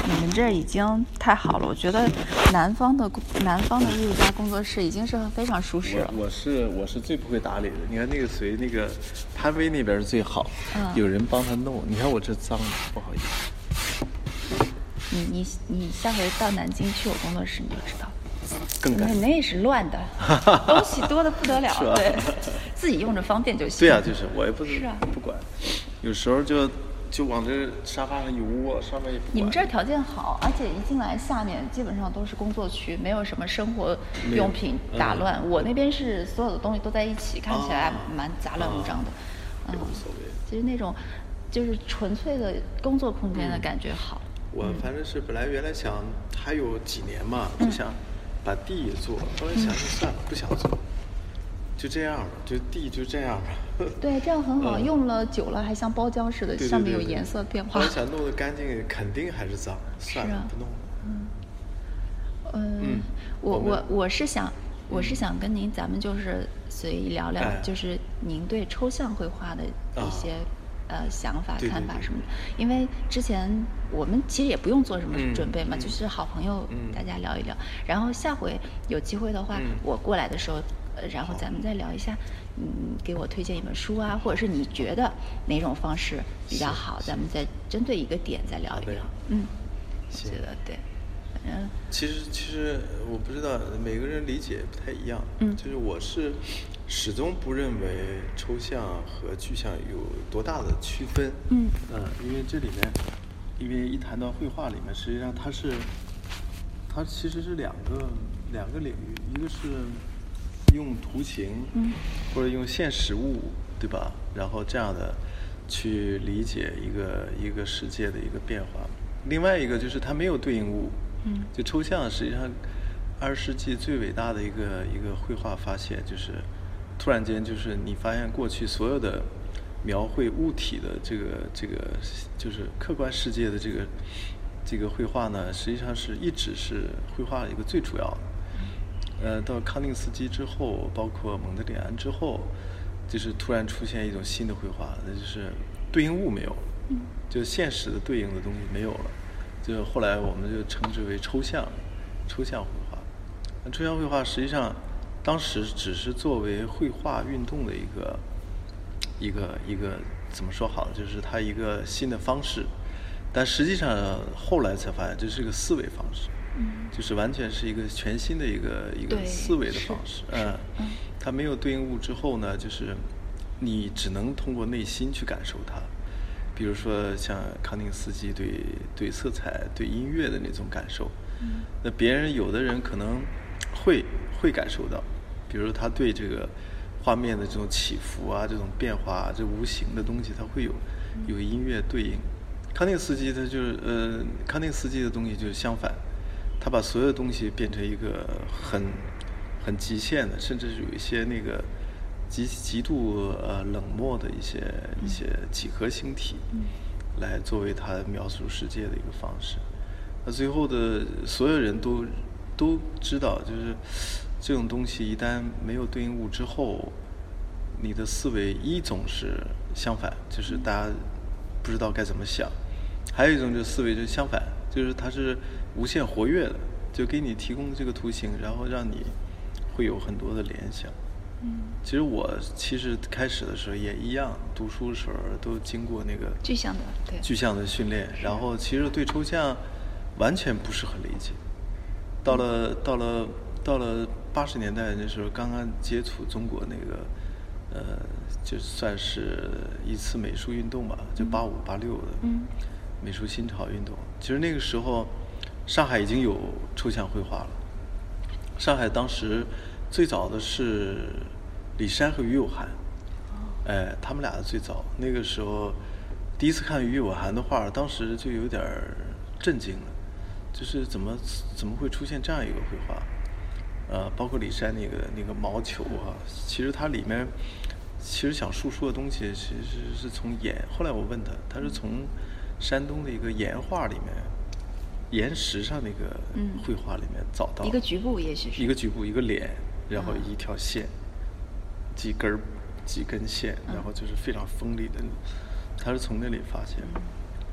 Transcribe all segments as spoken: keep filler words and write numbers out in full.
你们这已经太好了，我觉得南方的南方的艺术家工作室已经是非常舒适了。 我我是我是最不会打理的，你看那个谁那个潘威那边最好， 嗯、 有人帮他弄。你看我这脏的，不好意思。 你你你下回到南京去我工作室你就知道。 更干净， 那是乱的，东西多的不得了，对，自己用着方便就行。 对啊，就是我也不是啊， 不管，有时候就就往这沙发上一窝，上面也不管。 你们这儿条件好，而且一进来下面基本上都是工作区，没有什么生活用品打乱。嗯、我那边是所有的东西都在一起，看起来蛮杂乱无章的。 啊、嗯，无所谓。 其实那种就是纯粹的工作空间的感觉好。 嗯、我反正是本来原来想还有几年嘛，就想。把地也做，后来想想算了，不想做，就这样了，就地就这样了。 对，这样很好，嗯、用了久了还像包胶似的， 对对对对， 上面有颜色变化。 我想弄得干净，肯定还是脏，算了，啊、不弄了。 嗯，呃、 嗯， 我我我是想，我是想跟您，咱们就是随意聊聊， 哎、 就是您对抽象绘画的一些。啊呃，想法、 对对对看法什么的，因为之前我们其实也不用做什么准备嘛， 嗯、 就是好朋友， 嗯、 大家聊一聊。然后下回有机会的话， 嗯、 我过来的时候，呃，然后咱们再聊一下，嗯，给我推荐一本书啊，或者是你觉得哪种方式比较好，咱们再针对一个点再聊一聊。嗯，觉得对，反正其实其实我不知道每个人理解不太一样， 嗯， 就是我是。始终不认为抽象和具象有多大的区分。 嗯， 呃，因为这里面，因为一谈到绘画里面，实际上它是，它其实是两个两个领域，一个是用图形， 嗯， 或者用现实物，对吧？然后这样的去理解一个一个世界的一个变化。另外一个就是它没有对应物。 嗯， 就抽象实际上，二十世纪最伟大的一个一个绘画发现就是。突然间，就是你发现过去所有的描绘物体的这个这个，就是客观世界的这个这个绘画呢，实际上是一直是绘画一个最主要的。呃，到康定斯基之后，包括蒙德里安之后，就是突然出现一种新的绘画，那就是对应物没有了，就现实的对应的东西没有了，就后来我们就称之为抽象，抽象绘画。那抽象绘画实际上。当时只是作为绘画运动的一个一个一个怎么说好，就是它一个新的方式，但实际上后来才发现这是个思维方式， 嗯， 就是完全是一个全新的一个一个思维的方式，嗯，它没有对应物之后呢，就是你只能通过内心去感受它，比如说像康定斯基对对色彩、对音乐的那种感受， 嗯， 那别人有的人可能会会感受到。比如他对这个画面的这种起伏啊，这种变化啊，这无形的东西，它会有有音乐对应。康定斯基他就是呃，康定斯基的东西就是相反，他把所有东西变成一个很很极限的，甚至是有一些那个极极度呃冷漠的一些一些几何星体，来作为他描述世界的一个方式。那最后的所有人都都知道，就是。这种东西一旦没有对应物之后，你的思维一种是相反，就是大家不知道该怎么想；还有一种就是思维就是相反，就是它是无限活跃的，就给你提供这个图形，然后让你会有很多的联想。 嗯， 其实我其实开始的时候也一样，读书的时候都经过那个具象的对具象的训练，然后其实对抽象完全不是很理解。到了到了到了。八十年代那时候刚刚接触中国那个，呃，就算是一次美术运动吧，就八五八六的美术新潮运动。其实那个时候，上海已经有抽象绘画了。上海当时最早的是李山和于有涵，哎，他们俩最早。那个时候第一次看于有涵的画，当时就有点震惊了，就是怎么怎么会出现这样一个绘画？呃，包括李山那个那个毛球啊，其实它里面其实想述说的东西，其实是从岩。后来我问他，他是从山东的一个岩画里面，岩石上那个绘画里面找到、 嗯、一个局部，也许是一个局部，一个脸，然后一条线，嗯、几根几根线，然后就是非常锋利的，他是从那里发现。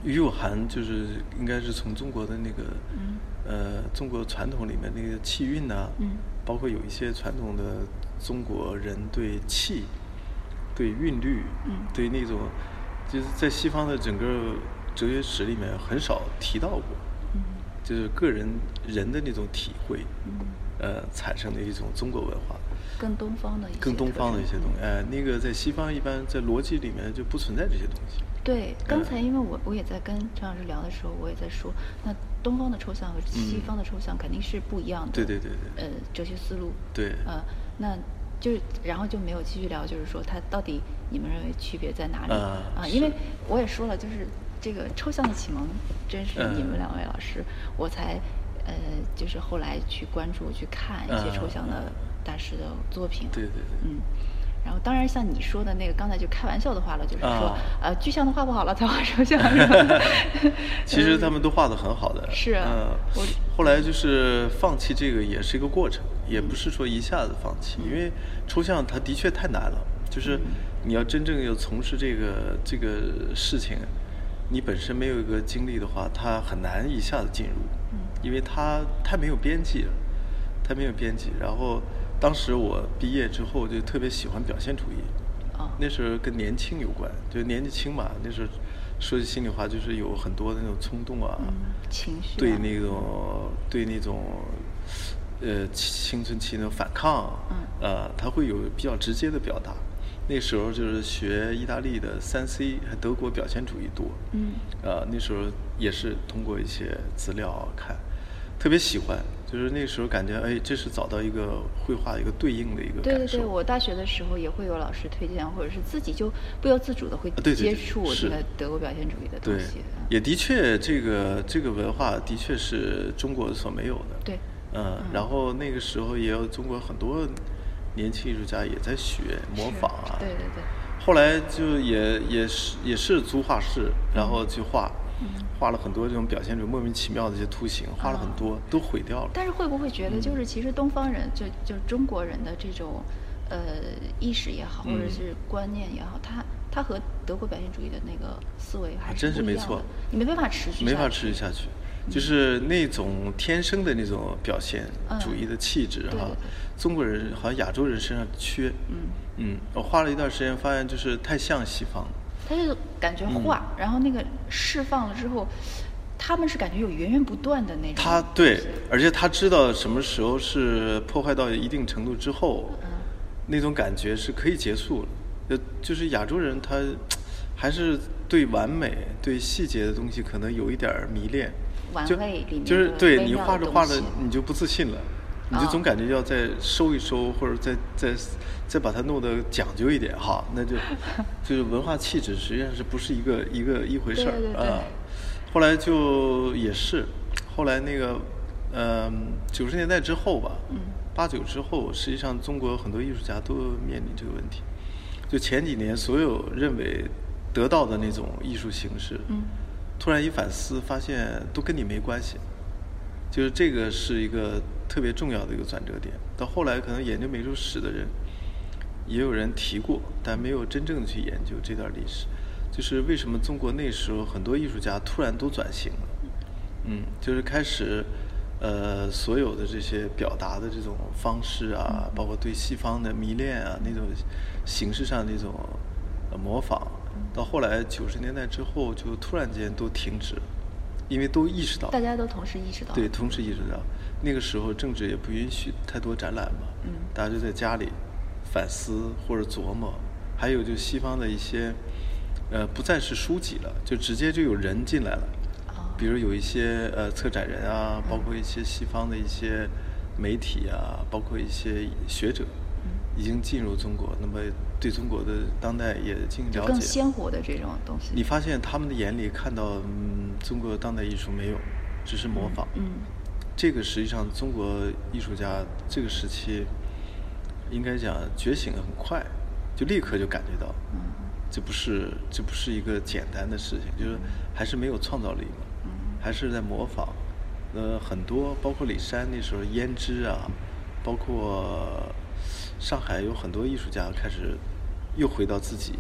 于有涵就是应该是从中国的那个，嗯、呃，中国传统里面那个气韵呐、啊，嗯、包括有一些传统的中国人对气、对韵律、嗯、对那种，就是在西方的整个哲学史里面很少提到过，嗯、就是个人人的那种体会，嗯、呃，产生的一种中国文化。 更东方的一些更东方的一些东西，哎、呃，那个在西方一般在逻辑里面就不存在这些东西。 对，刚才因为我我也在跟陈老师聊的时候，我也在说，那东方的抽象和西方的抽象肯定是不一样的。 对对对对。 呃，哲学思路。 对。 呃，那就是然后就没有继续聊，就是说它到底你们认为区别在哪里啊？啊因为我也说了，就是这个抽象的启蒙，真是你们两位老师，嗯、我才呃，就是后来去关注去看一些抽象的。大师的作品， 对对对， 嗯，然后当然像你说的那个，刚才就开玩笑的话了，就是说，啊、呃，具象的画不好了，才画抽象。 其实他们都画得很好的， 是啊， 呃，后来就是放弃这个也是一个过程，也不是说一下子放弃，嗯、因为抽象它的确太难了，就是你要真正要从事这个这个事情，你本身没有一个经历的话，它很难一下子进入，嗯、因为它太没有边际了。他没有编辑，然后当时我毕业之后就特别喜欢表现主义， 哦、 那时候跟年轻有关，就年纪轻嘛，那时候说句心里话，就是有很多的那种冲动啊， 嗯、情绪、啊， 对那种对那种呃青春期那种反抗， 嗯， 呃，他会有比较直接的表达。那时候就是学意大利的三 C 和德国表现主义多， 嗯， 呃，那时候也是通过一些资料看。特别喜欢，就是那时候感觉，哎，这是找到一个绘画一个对应的一个感受。 对对对，我大学的时候也会有老师推荐，或者是自己就不由自主的会接触这个德国表现主义的东西。 对，也的确，这个这个文化的确是中国所没有的。 对， 嗯，嗯然后那个时候也有中国很多年轻艺术家也在学模仿啊。 对对对。 后来就也也是也是租画室，然后去画。嗯画了很多这种表现出莫名其妙的一些图形，画了很多，哦、都毁掉了。 但是会不会觉得，就是其实东方人，嗯、就就中国人的这种呃意识也好，或者是观念也好，他他和德国表现主义的那个思维还是不一样的。 真是没错， 你没办法持续下去。 没法持续下去，就是那种天生的那种表现主义的气质哈， 嗯、 中国人好像亚洲人身上缺。嗯嗯，我画了一段时间，发现就是太像西方。 他就感觉画，嗯、然后那个释放了之后，他们是感觉有源源不断的那种。 他对，而且他知道什么时候是破坏到一定程度之后，嗯、那种感觉是可以结束了。呃，就是亚洲人他还是对完美、对细节的东西可能有一点迷恋。 玩味里面就是对你画着画着你就不自信了。你就总感觉要再收一收，或者再再再把它弄得讲究一点哈，那就就是文化气质实际上是不是一个一个一回事儿啊？后来就也是，后来那个呃九十年代之后吧，八九之后，实际上中国很多艺术家都面临这个问题。就前几年所有认为得到的那种艺术形式，嗯、突然一反思，发现都跟你没关系。就是这个是一个特别重要的一个转折点。到后来，可能研究美术史的人，也有人提过，但没有真正的去研究这段历史。就是为什么中国那时候很多艺术家突然都转型了？嗯，就是开始，呃，所有的这些表达的这种方式啊，包括对西方的迷恋啊，那种形式上那种呃模仿，到后来九十年代之后，就突然间都停止了。因为都意识到， 大家都同时意识到， 对，同时意识到，那个时候政治也不允许太多展览嘛，嗯，大家就在家里反思或者琢磨，还有就西方的一些，呃，不再是书籍了，就直接就有人进来了，哦、比如有一些呃策展人啊，包括一些西方的一些媒体啊，包括一些学者，嗯、已经进入中国，那么对中国的当代也进行了解， 更鲜活的这种东西。 你发现他们的眼里看到，嗯，中国当代艺术没有，只是模仿。嗯，嗯这个实际上中国艺术家这个时期，应该讲觉醒得很快，就立刻就感觉到，嗯，这不是这不是一个简单的事情，就是还是没有创造力嘛，嗯，还是在模仿。呃，很多包括李山那时候胭脂啊，包括上海有很多艺术家开始又回到自己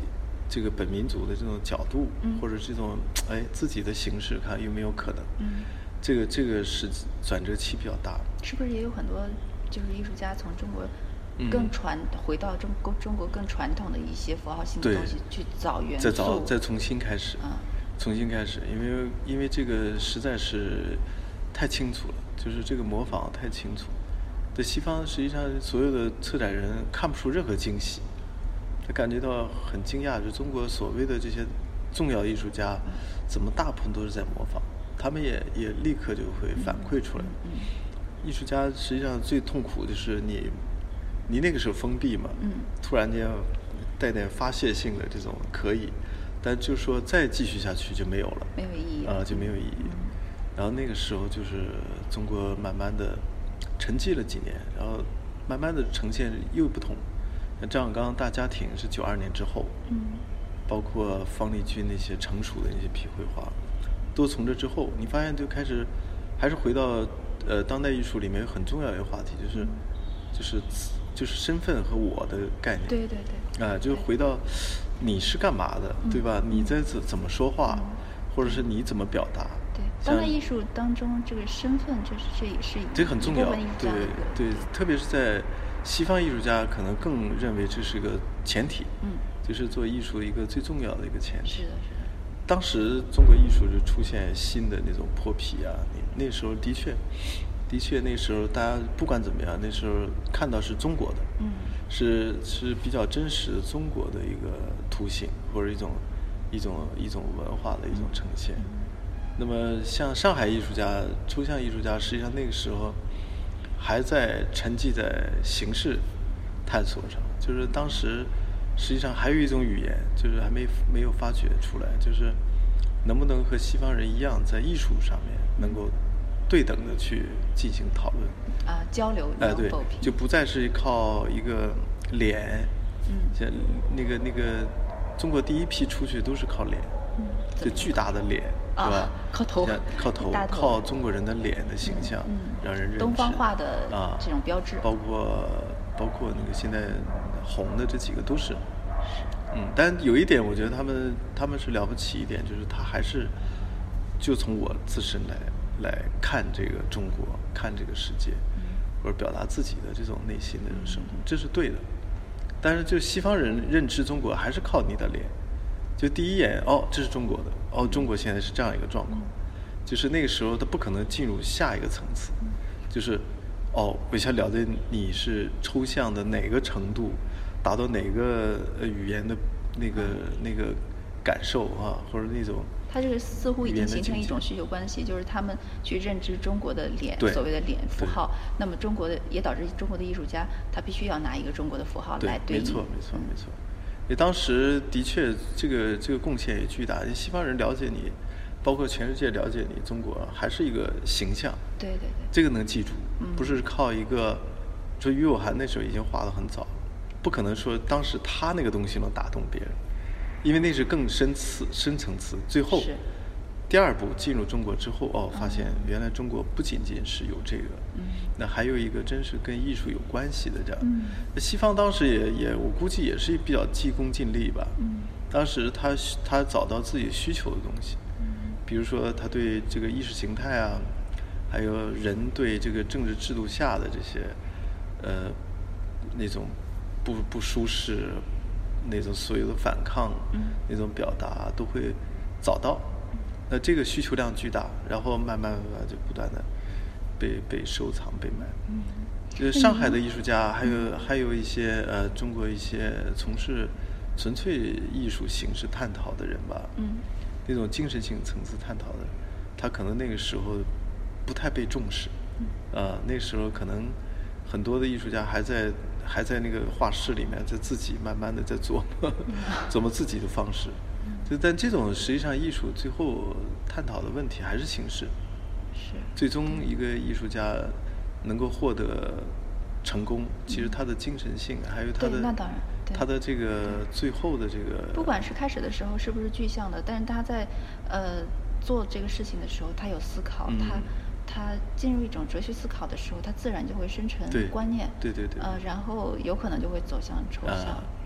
这个本民族的这种角度， 嗯、 或者这种哎自己的形式，看有没有可能。 嗯， 这个这个是转折期比较大。 是不是也有很多就是艺术家从中国更传、嗯、回到中国中国更传统的一些符号性的东西去找元素， 再找再重新开始， 嗯、 重新开始，因为因为这个实在是太清楚了，就是这个模仿太清楚。在西方，实际上所有的策展人看不出任何惊喜，他感觉到很惊讶，就中国所谓的这些重要艺术家，怎么大部分都是在模仿，他们也也立刻就会反馈出来。 嗯嗯艺术家实际上最痛苦就是你，你那个时候封闭嘛， 嗯、 突然间带点发泄性的这种可以，但就是说再继续下去就没有了， 没有意义啊、呃，就没有意义。 嗯、 然后那个时候就是中国慢慢的沉寂了几年，然后慢慢的呈现又不同。像张绍刚大家庭是九二年之后， 嗯， 包括方力钧那些成熟的那些批绘画，都从这之后，你发现就开始还是回到。呃，当代艺术里面有很重要一个话题，就是，嗯、就是就是身份和我的概念。 对对对。 啊、呃，就回到你是干嘛的，对吧？ 嗯、 你在怎怎么说话， 嗯、 或者是你怎么表达？ 对，当代艺术当中，这个身份就是这也是一这很重要。对对，特别是在西方艺术家可能更认为这是个前提， 嗯， 就是做艺术一个最重要的一个前提。 是的，是的。 当时中国艺术就出现新的那种破皮啊，那那时候的确，的确那时候大家不管怎么样，那时候看到是中国的， 嗯， 是是比较真实的中国的一个图形或者一种一种一种文化的一种呈现。 嗯、 那么像上海艺术家、抽象艺术家，实际上那个时候还在沉寂在形式探索上，就是当时。实际上还有一种语言，就是还没没有发掘出来，就是能不能和西方人一样，在艺术上面能够对等的去进行讨论啊，交流。 哎、呃，对，就不再是靠一个脸， 嗯， 像那个那个中国第一批出去都是靠脸， 嗯， 就巨大的脸， 啊、 是吧？ 靠头， 靠头，靠中国人的脸的形象， 嗯， 让人认识东方化的啊这种标志， 包括包括那个现在。红的这几个都是，嗯，但有一点，我觉得他们他们是了不起一点，就是他还是就从我自身来来看这个中国，看这个世界，或者表达自己的这种内心的生活，这是对的。但是就西方人认知中国还是靠你的脸，就第一眼哦，这是中国的，哦，中国现在是这样一个状况，就是那个时候他不可能进入下一个层次，就是哦，我想了解你是抽象的哪个程度。达到哪个语言的那个那个感受啊，或者那种， 它这个似乎已经形成一种需求关系，就是他们去认知中国的脸，所谓的脸符号。那么中国的也导致中国的艺术家，他必须要拿一个中国的符号来对应。 没错，没错，没错。也当时的确，这个这个贡献也巨大。西方人了解你，包括全世界了解你，中国还是一个形象。 对对对。 这个能记住， 嗯、 不是靠一个，说于有涵那时候已经画得很早。不可能说当时他那个东西能打动别人，因为那是更深次、深层次。最后，第二步进入中国之后，哦，发现原来中国不仅仅是有这个， 嗯、 那还有一个真是跟艺术有关系的这样。 嗯、 西方当时也也，我估计也是比较急功近利吧。 嗯、 当时他他找到自己需求的东西， 嗯、 比如说他对这个意识形态啊，还有人对这个政治制度下的这些，呃，那种。不不舒适，那种所有的反抗， 嗯、 那种表达都会找到，那这个需求量巨大，然后慢慢慢慢就不断的被被收藏被卖。 嗯， 就是上海的艺术家，还有、嗯、还有一些呃中国一些从事纯粹艺术形式探讨的人吧， 嗯， 那种精神性层次探讨的，他可能那个时候不太被重视， 嗯， 呃，那时候可能很多的艺术家还在。还在那个画室里面，在自己慢慢的在琢磨，琢磨自己的方式。就但这种实际上艺术最后探讨的问题还是形式。 是。 最终一个艺术家能够获得成功，其实他的精神性，还有他的那当然， 他的这个最后的这个。 不管是开始的时候是不是具象的，但是他在呃做这个事情的时候，他有思考， 嗯、 他。他进入一种哲学思考的时候，他自然就会生成观念， 对对对， 呃，然后有可能就会走向抽象。 啊、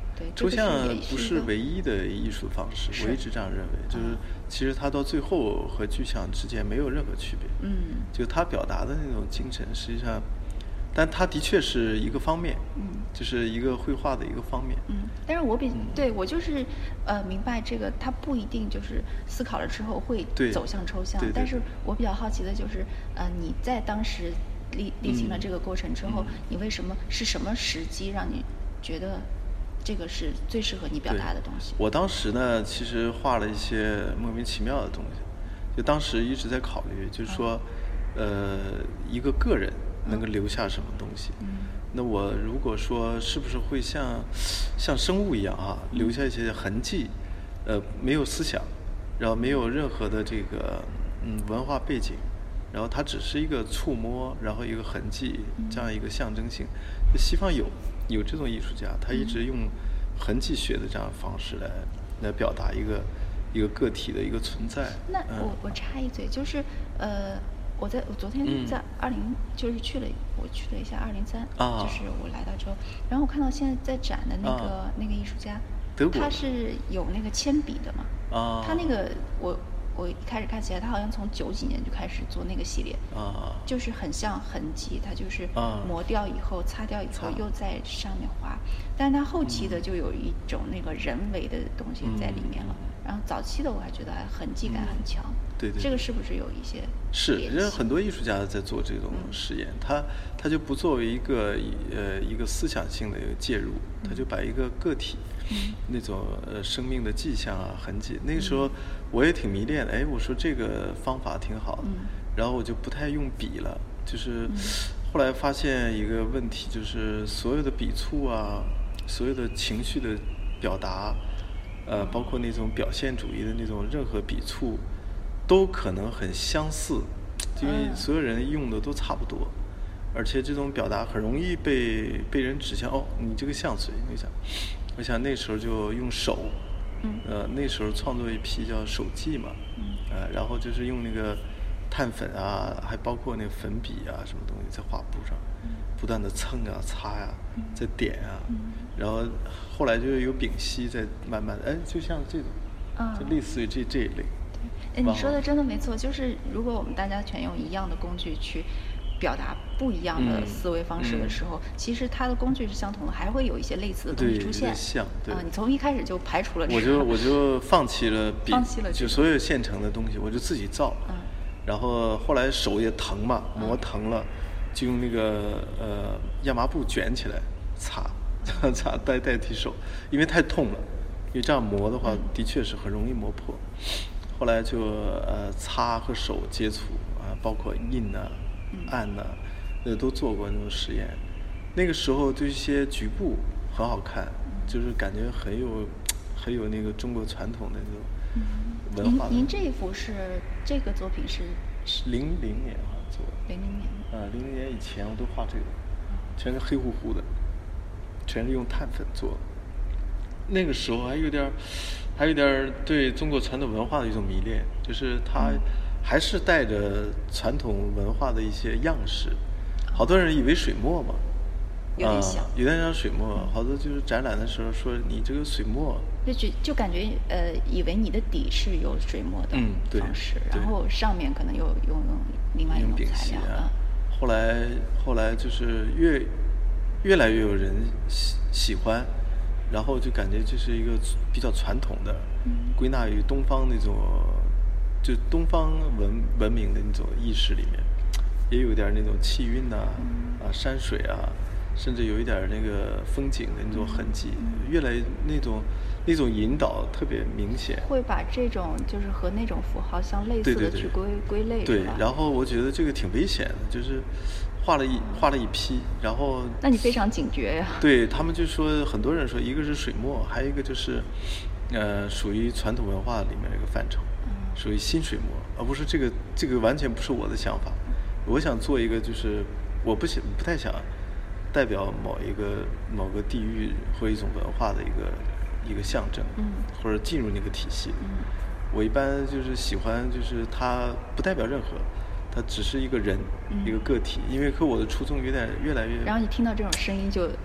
对， 抽象不是是唯一的艺术方式，我一直这样认为，就是其实它到最后和具象之间没有任何区别。 嗯， 就它表达的那种精神，实际上，但它的确是一个方面， 嗯， 就是一个绘画的一个方面。 嗯，但是我比、嗯、对我就是呃明白这个，它不一定就是思考了之后会走向抽象， 对对对对， 但是我比较好奇的就是呃你在当时历历经了这个过程之后、嗯，你为什么是什么时机让你觉得这个是最适合你表达的东西？ 我当时呢，其实画了一些莫名其妙的东西，就当时一直在考虑，就是说，嗯、呃，一个个人能够留下什么东西。嗯，那我如果说是不是会像像生物一样啊，留下一些痕迹，呃，没有思想，然后没有任何的这个嗯文化背景，然后它只是一个触摸，然后一个痕迹，这样一个象征性。西方有有这种艺术家，他一直用痕迹学的这样的方式来来表达一个一个个体的一个存在。 那我、嗯、我插一嘴，就是呃，我在我昨天在二零、嗯、就是去了，我去了一下二零三，就是我来到之后，然后我看到现在在展的那个、啊、那个艺术家，他是有那个铅笔的嘛？啊，他那个我。我一开始看起来，他好像从九几年就开始做那个系列，啊，就是很像痕迹，他就是磨掉以后、啊、擦掉以后又在上面画，但是他后期的就有一种那个人为的东西在里面了。嗯、然后早期的我还觉得痕迹感很强，嗯、 对对， 这个是不是有一些是？因为很多艺术家在做这种实验，嗯、他他就不作为一个呃一个思想性的介入，他就把一个个体。嗯、那种呃生命的迹象啊痕迹，那个时候我也挺迷恋的。哎，我说这个方法挺好的，嗯、然后我就不太用笔了。就是后来发现一个问题，就是所有的笔触啊，所有的情绪的表达，呃，包括那种表现主义的那种任何笔触，都可能很相似，因为所有人用的都差不多，而且这种表达很容易被被人指向。哦，你这个像谁？你想。我想那时候就用手，嗯、呃，那时候创作一批叫手记嘛，嗯、呃，然后就是用那个碳粉啊，还包括那个粉笔啊，什么东西在画布上，嗯、不断的蹭啊、擦呀、啊，在点啊，嗯、然后后来就有丙烯在慢慢的，哎，就像这种，嗯、就类似于这这一类。 哎，你说的真的没错，就是如果我们大家全用一样的工具去。表达不一样的思维方式的时候，嗯嗯、其实它的工具是相同的，还会有一些类似的东西出现。 像对、 呃，你从一开始就排除了这个。 我就我就放弃了笔， 放弃了、这个、 就所有现成的东西，我就自己造。嗯。然后后来手也疼嘛，磨疼了，嗯、就用那个呃亚麻布卷起来擦，擦代代替手，因为太痛了，因为这样磨的话，嗯、的确是很容易磨破。后来就呃擦和手接触啊，包括印啊。按呢、啊，呃，都做过那种实验。那个时候对一些局部很好看，就是感觉很有很有那个中国传统的那种文化的。 您您这一幅是这个作品是零零年好像做的。 零零年。 啊，零零年以前我都画这个，全是黑乎乎的，全是用碳粉做的。那个时候还有点，还有点对中国传统文化的一种迷恋，就是它。嗯还是带着传统文化的一些样式，好多人以为水墨嘛， 有点像， 呃、有点像水墨。好多就是展览的时候说你这个水墨， 就就就感觉呃，以为你的底是有水墨的方式，嗯、然后上面可能又用用另外一种材料。 啊、后来后来就是越越来越有人喜喜欢，然后就感觉这是一个比较传统的，嗯、归纳于东方那种。就东方文文明的那种意识里面，也有点那种气韵呐、啊，嗯、啊山水啊，甚至有一点那个风景的那种痕迹，嗯、越来那种那种引导特别明显。 会把这种就是和那种符号相类似的去归归类， 对，然后我觉得这个挺危险的，就是画了一画了一批，然后那你非常警觉呀。 对他们就说，很多人说一个是水墨，还有一个就是呃属于传统文化里面一个范畴。属于新水墨，而不是这个这个完全不是我的想法。我想做一个，就是我不想不太想代表某一个某个地域或一种文化的一个一个象征，嗯、或者进入那个体系。嗯、我一般就是喜欢，就是它不代表任何，它只是一个人、嗯、一个个体。因为和我的初衷有点越来越…… 然后你听到这种声音就哎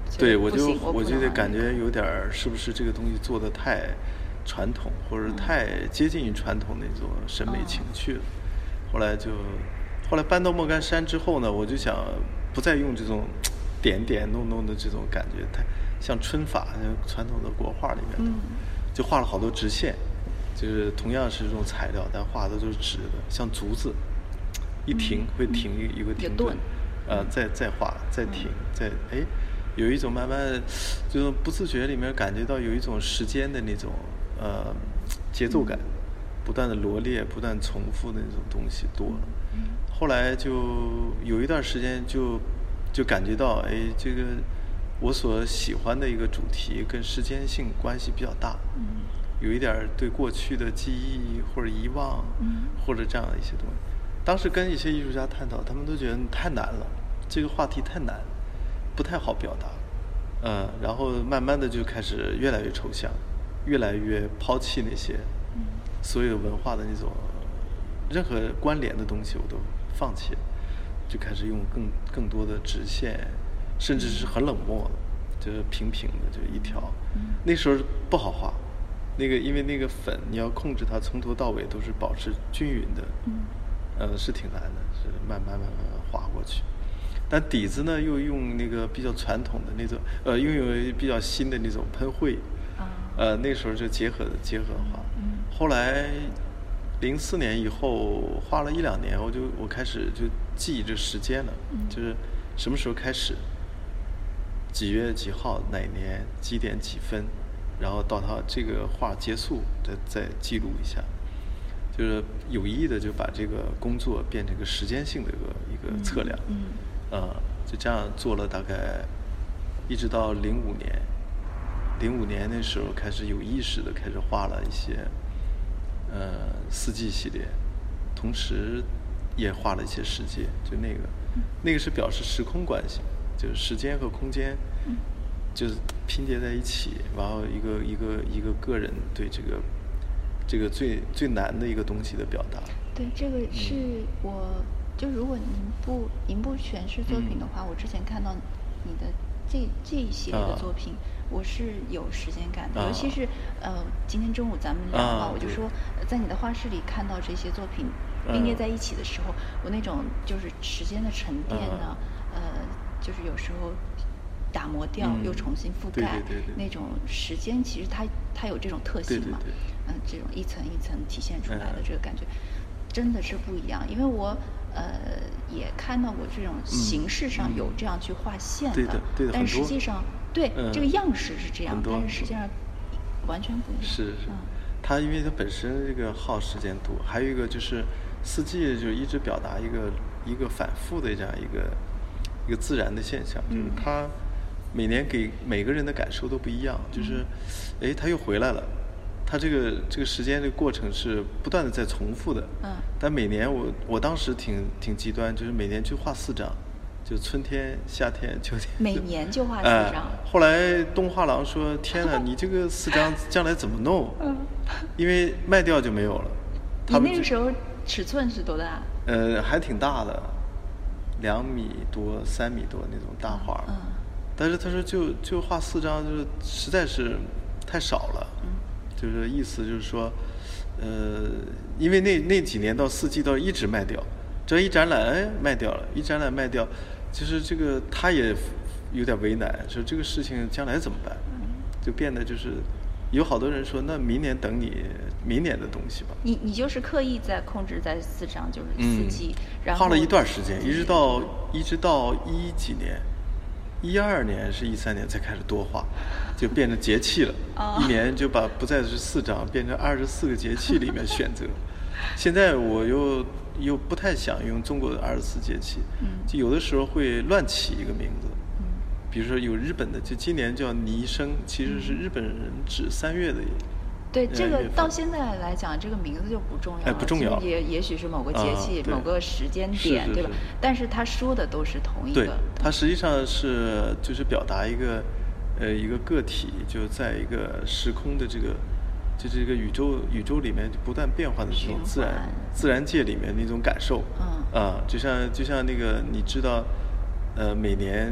对，我就我我就得感觉有点儿，是不是这个东西做的太传统，或者太接近于传统那种审美情趣了。嗯、后来就后来搬到莫干山之后呢，我就想不再用这种点点弄弄的这种感觉，太像春法传统的国画里面的，嗯、就画了好多直线，就是同样是这种材料，但画的都是直的，像竹子，一停会停一一个停顿，呃，再再画，再停，再哎。有一种慢慢，就是不自觉里面感觉到有一种时间的那种呃节奏感，不断的罗列、不断重复的那种东西多了。后来就有一段时间就就感觉到，哎，这个我所喜欢的一个主题跟时间性关系比较大，有一点对过去的记忆或者遗忘，或者这样的一些东西。当时跟一些艺术家探讨，他们都觉得太难了，这个话题太难。不太好表达，嗯，然后慢慢的就开始越来越抽象，越来越抛弃那些所有文化的那种任何关联的东西我都放弃了，就开始用更更多的直线，甚至是很冷漠的，就是平平的，就一条。那时候不好画，那个因为那个粉你要控制它从头到尾都是保持均匀的，呃，是挺难的，是慢慢慢慢画过去。但底子呢，又用那个比较传统的那种，呃，拥有比较新的那种喷绘，呃，那时候就结合结合画。后来零四年以后画了一两年，我就我开始就记这时间了，就是什么时候开始，几月几号哪年几点几分，然后到它这个画结束再再记录一下，就是有意的就把这个工作变成一个时间性的一个一个测量。嗯。呃，就这样做了大概，一直到零五年，零五年那时候开始有意识的开始画了一些，呃，四季系列，同时也画了一些世界，就那个，那个是表示时空关系，就是时间和空间，就是拼接在一起，然后一个一个一个个人对这个，这个最最难的一个东西的表达。 对，这个是我。嗯就如果您不您不诠释作品的话，嗯、我之前看到你的这这一系列的作品，啊、我是有时间感的。啊、尤其是呃，今天中午咱们聊啊，我就说，在你的画室里看到这些作品并列在一起的时候，啊、我那种就是时间的沉淀呢，啊、呃，就是有时候打磨掉、嗯、又重新覆盖， 对对对对那种时间，其实它它有这种特性嘛，嗯、呃，这种一层一层体现出来的这个感觉，嗯、真的是不一样，因为我。呃，也看到过这种形式上有这样去画线的， 嗯、对的，对的， 但是实际上，对、 嗯、 这个样式是这样，但是实际上完全不一样。 是是， 嗯、 它因为它本身这个耗时间多，还有一个就是四季就一直表达一个一个反复的这样一个一个自然的现象，就是它每年给每个人的感受都不一样，就是哎，它又回来了。它这个这个时间这个过程是不断的在重复的，嗯，但每年我我当时挺挺极端，就是每年就画四张，就春天、夏天、秋天， 每年就画四张。 呃、后来东画廊说：“天哪，你这个四张将来怎么弄？”嗯，因为卖掉就没有了。 你那个时候尺寸是多大？ 呃，还挺大的，两米多、三米多那种大画。嗯，但是他说就就画四张，就是实在是太少了。嗯。就是意思就是说，呃，因为那那几年到四季都一直卖掉，这一展览哎卖掉了，一展览卖掉，其实这个他也有点为难，说这个事情将来怎么办，就变得就是有好多人说，那明年等你明年的东西吧。 你你就是刻意在控制在四张，就是四季， 嗯、 然后画了一段时间，一直到一直到一几年。一二年是一三年才开始多画，就变成节气了。Oh. 一年就把不再是四张变成二十四个节气里面选择。现在我又又不太想用中国的二十四节气，嗯、就有的时候会乱起一个名字。嗯、比如说有日本的，就今年叫尼生，其实是日本人指三月的。 对，这个到现在来讲，这个名字就不重要了。 哎，不重要。 也也许是某个节气、 啊、 某个时间点， 是是是对吧？但是他说的都是同一个。 对，他实际上是就是表达一个，呃，一个个体就在一个时空的这个，就这个宇宙宇宙里面不断变化的这种自然自然界里面那种感受。嗯。啊，就像就像那个你知道，呃，每年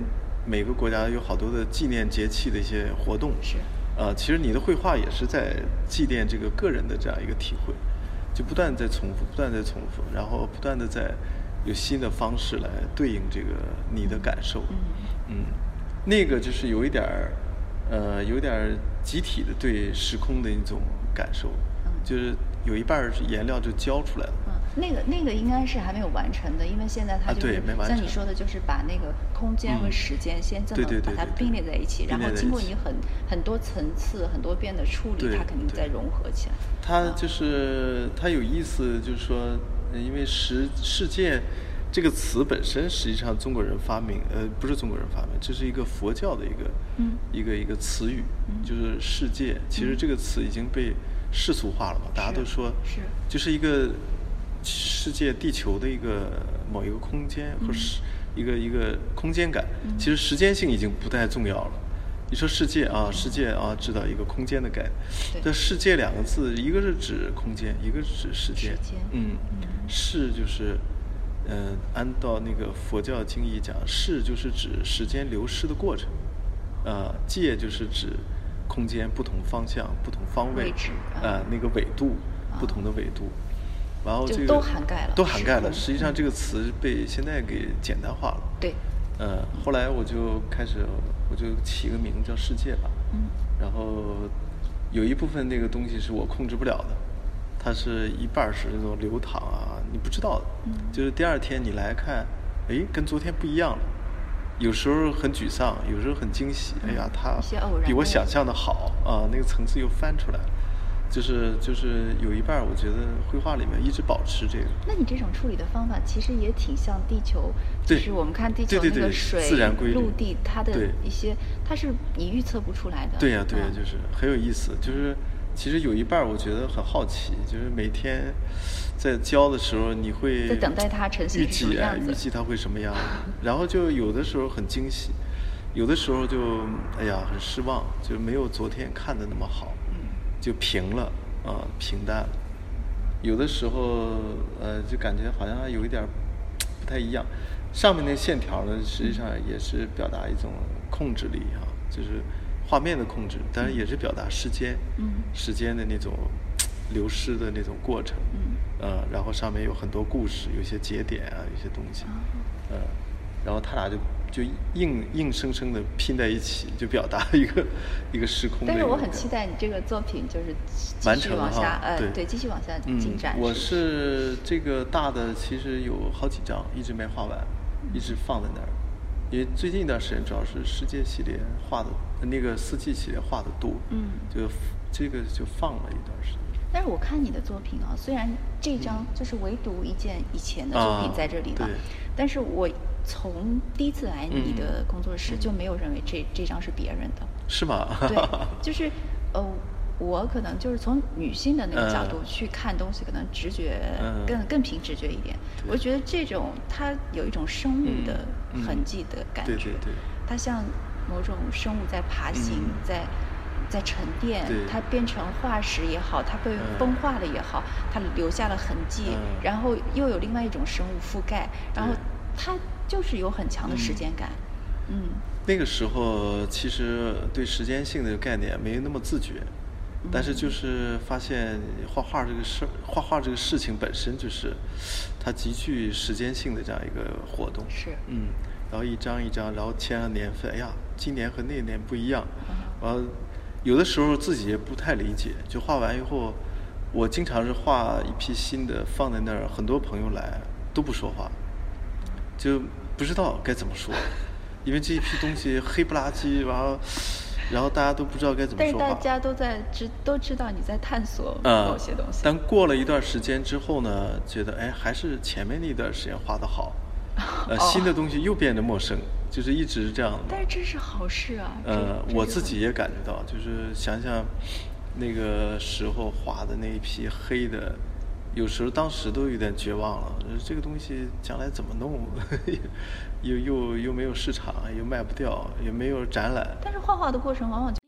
每个国家有好多的纪念节气的一些活动。 是。 呃，其实你的绘画也是在祭奠这个个人的这样一个体会，就不断在重复，不断在重复，然后不断的在有新的方式来对应这个你的感受。 嗯。 嗯，那个就是有一点儿，呃，有点儿集体的对时空的一种感受， 嗯、 就是有一半儿颜料就浇出来了。 嗯，那个那个应该是还没有完成的，因为现在它就是、 啊、 像你说的，就是把那个空间和时间先这么把它并列在一起， 对对对对对， 然后经过你很很多层次、很多遍的处理，它肯定再融合起来。 它就是它有意思，就是说，因为世世界这个词本身实际上中国人发明，呃，不是中国人发明，这是一个佛教的一个、 嗯、 一个一个词语， 嗯、 就是世界。其实这个词已经被世俗化了嘛，大家都说是就是一个世界地球的一个某一个空间，或是一个一个空间感。其实时间性已经不太重要了。你说世界啊，世界啊，知道一个空间的概念。这世界两个字，一个是指空间，一个是指时间。嗯，世就是，嗯，按照那个佛教经义讲，世就是指时间流失的过程，呃，界就是指空间不同方向、不同方位，呃，那个纬度，不同的纬度。然后这个都涵盖了， 都涵盖了。实际上这个词被现在给简单化了。 对。 呃，后来我就开始，我就起个名叫世界吧。 嗯。 然后有一部分那个东西是我控制不了的，它是一半是那种流淌啊，你不知道的。 嗯。 就是第二天你来看，哎，跟昨天不一样了。有时候很沮丧，有时候很惊喜。哎呀，它比我想象的好啊，那个层次又翻出来了。就是就是有一半，我觉得绘画里面一直保持这个。 那你这种处理的方法其实也挺像地球，就是我们看地球那个水、 自然规律、 陆地，它的一些，它是你预测不出来的。 对呀、啊、对呀、啊，就是很有意思。就是其实有一半我觉得很好奇，就是每天在教的时候，你会在等待它呈现什么样子， 预计它会什么样，然后就有的时候很惊喜，有的时候就哎呀很失望，就没有昨天看的那么好。就平了啊、呃，平淡了。有的时候，呃，就感觉好像有一点不太一样。上面那线条呢，实际上也是表达一种控制力啊，就是画面的控制，当然也是表达时间， 嗯， 时间的那种流失的那种过程， 嗯， 呃，然后上面有很多故事，有些节点啊，有些东西，呃，然后他俩就。就硬硬生生的拼在一起，就表达一个一个时空的。 但是我很期待你这个作品就是继续往下，呃， 对对，继续往下进展。 嗯、我是这个大的，其实有好几张一直没画完，一直放在那儿。因为最近一段时间主要是世界系列画的，那个四季系列画的多， 嗯， 就这个就放了一段时间。 但是我看你的作品啊，虽然这张就是唯独一件以前的作品在这里了， 嗯、 但是我。从第一次来你的工作室就没有认为这、嗯、这张是别人的， 是吗？ 对，就是呃，我可能就是从女性的那个角度去看东西，嗯、可能直觉更、嗯、更凭直觉一点。我觉得这种它有一种生物的痕迹的感觉， 嗯嗯、对对对， 它像某种生物在爬行，嗯、在在沉淀，它变成化石也好，它被风化了也好，它留下了痕迹， 嗯、 然后又有另外一种生物覆盖，然后它。就是有很强的时间感，嗯，嗯那个时候其实对时间性的概念没有那么自觉， 嗯、 但是就是发现画画这个事，画画这个事情本身就是它极具时间性的这样一个活动， 是， 嗯，然后一张一张，然后签上年份，哎呀，今年和那年不一样，然后有的时候自己也不太理解，就画完以后，我经常是画一批新的放在那儿，很多朋友来都不说话，就。不知道该怎么说，因为这一批东西黑不拉几，然后，然后大家都不知道该怎么说话。 但是大家都在知都知道你在探索某些东西。 嗯、但过了一段时间之后呢，觉得哎，还是前面那段时间画的好，呃， 哦、 新的东西又变得陌生，就是一直这样的。 但是这是好事啊。 呃，我自己也感觉到，就是想想那个时候画的那一批黑的。有时候当时都有点绝望了，这个东西将来怎么弄？又又又没有市场，又卖不掉，也没有展览。 但是画画的过程往往。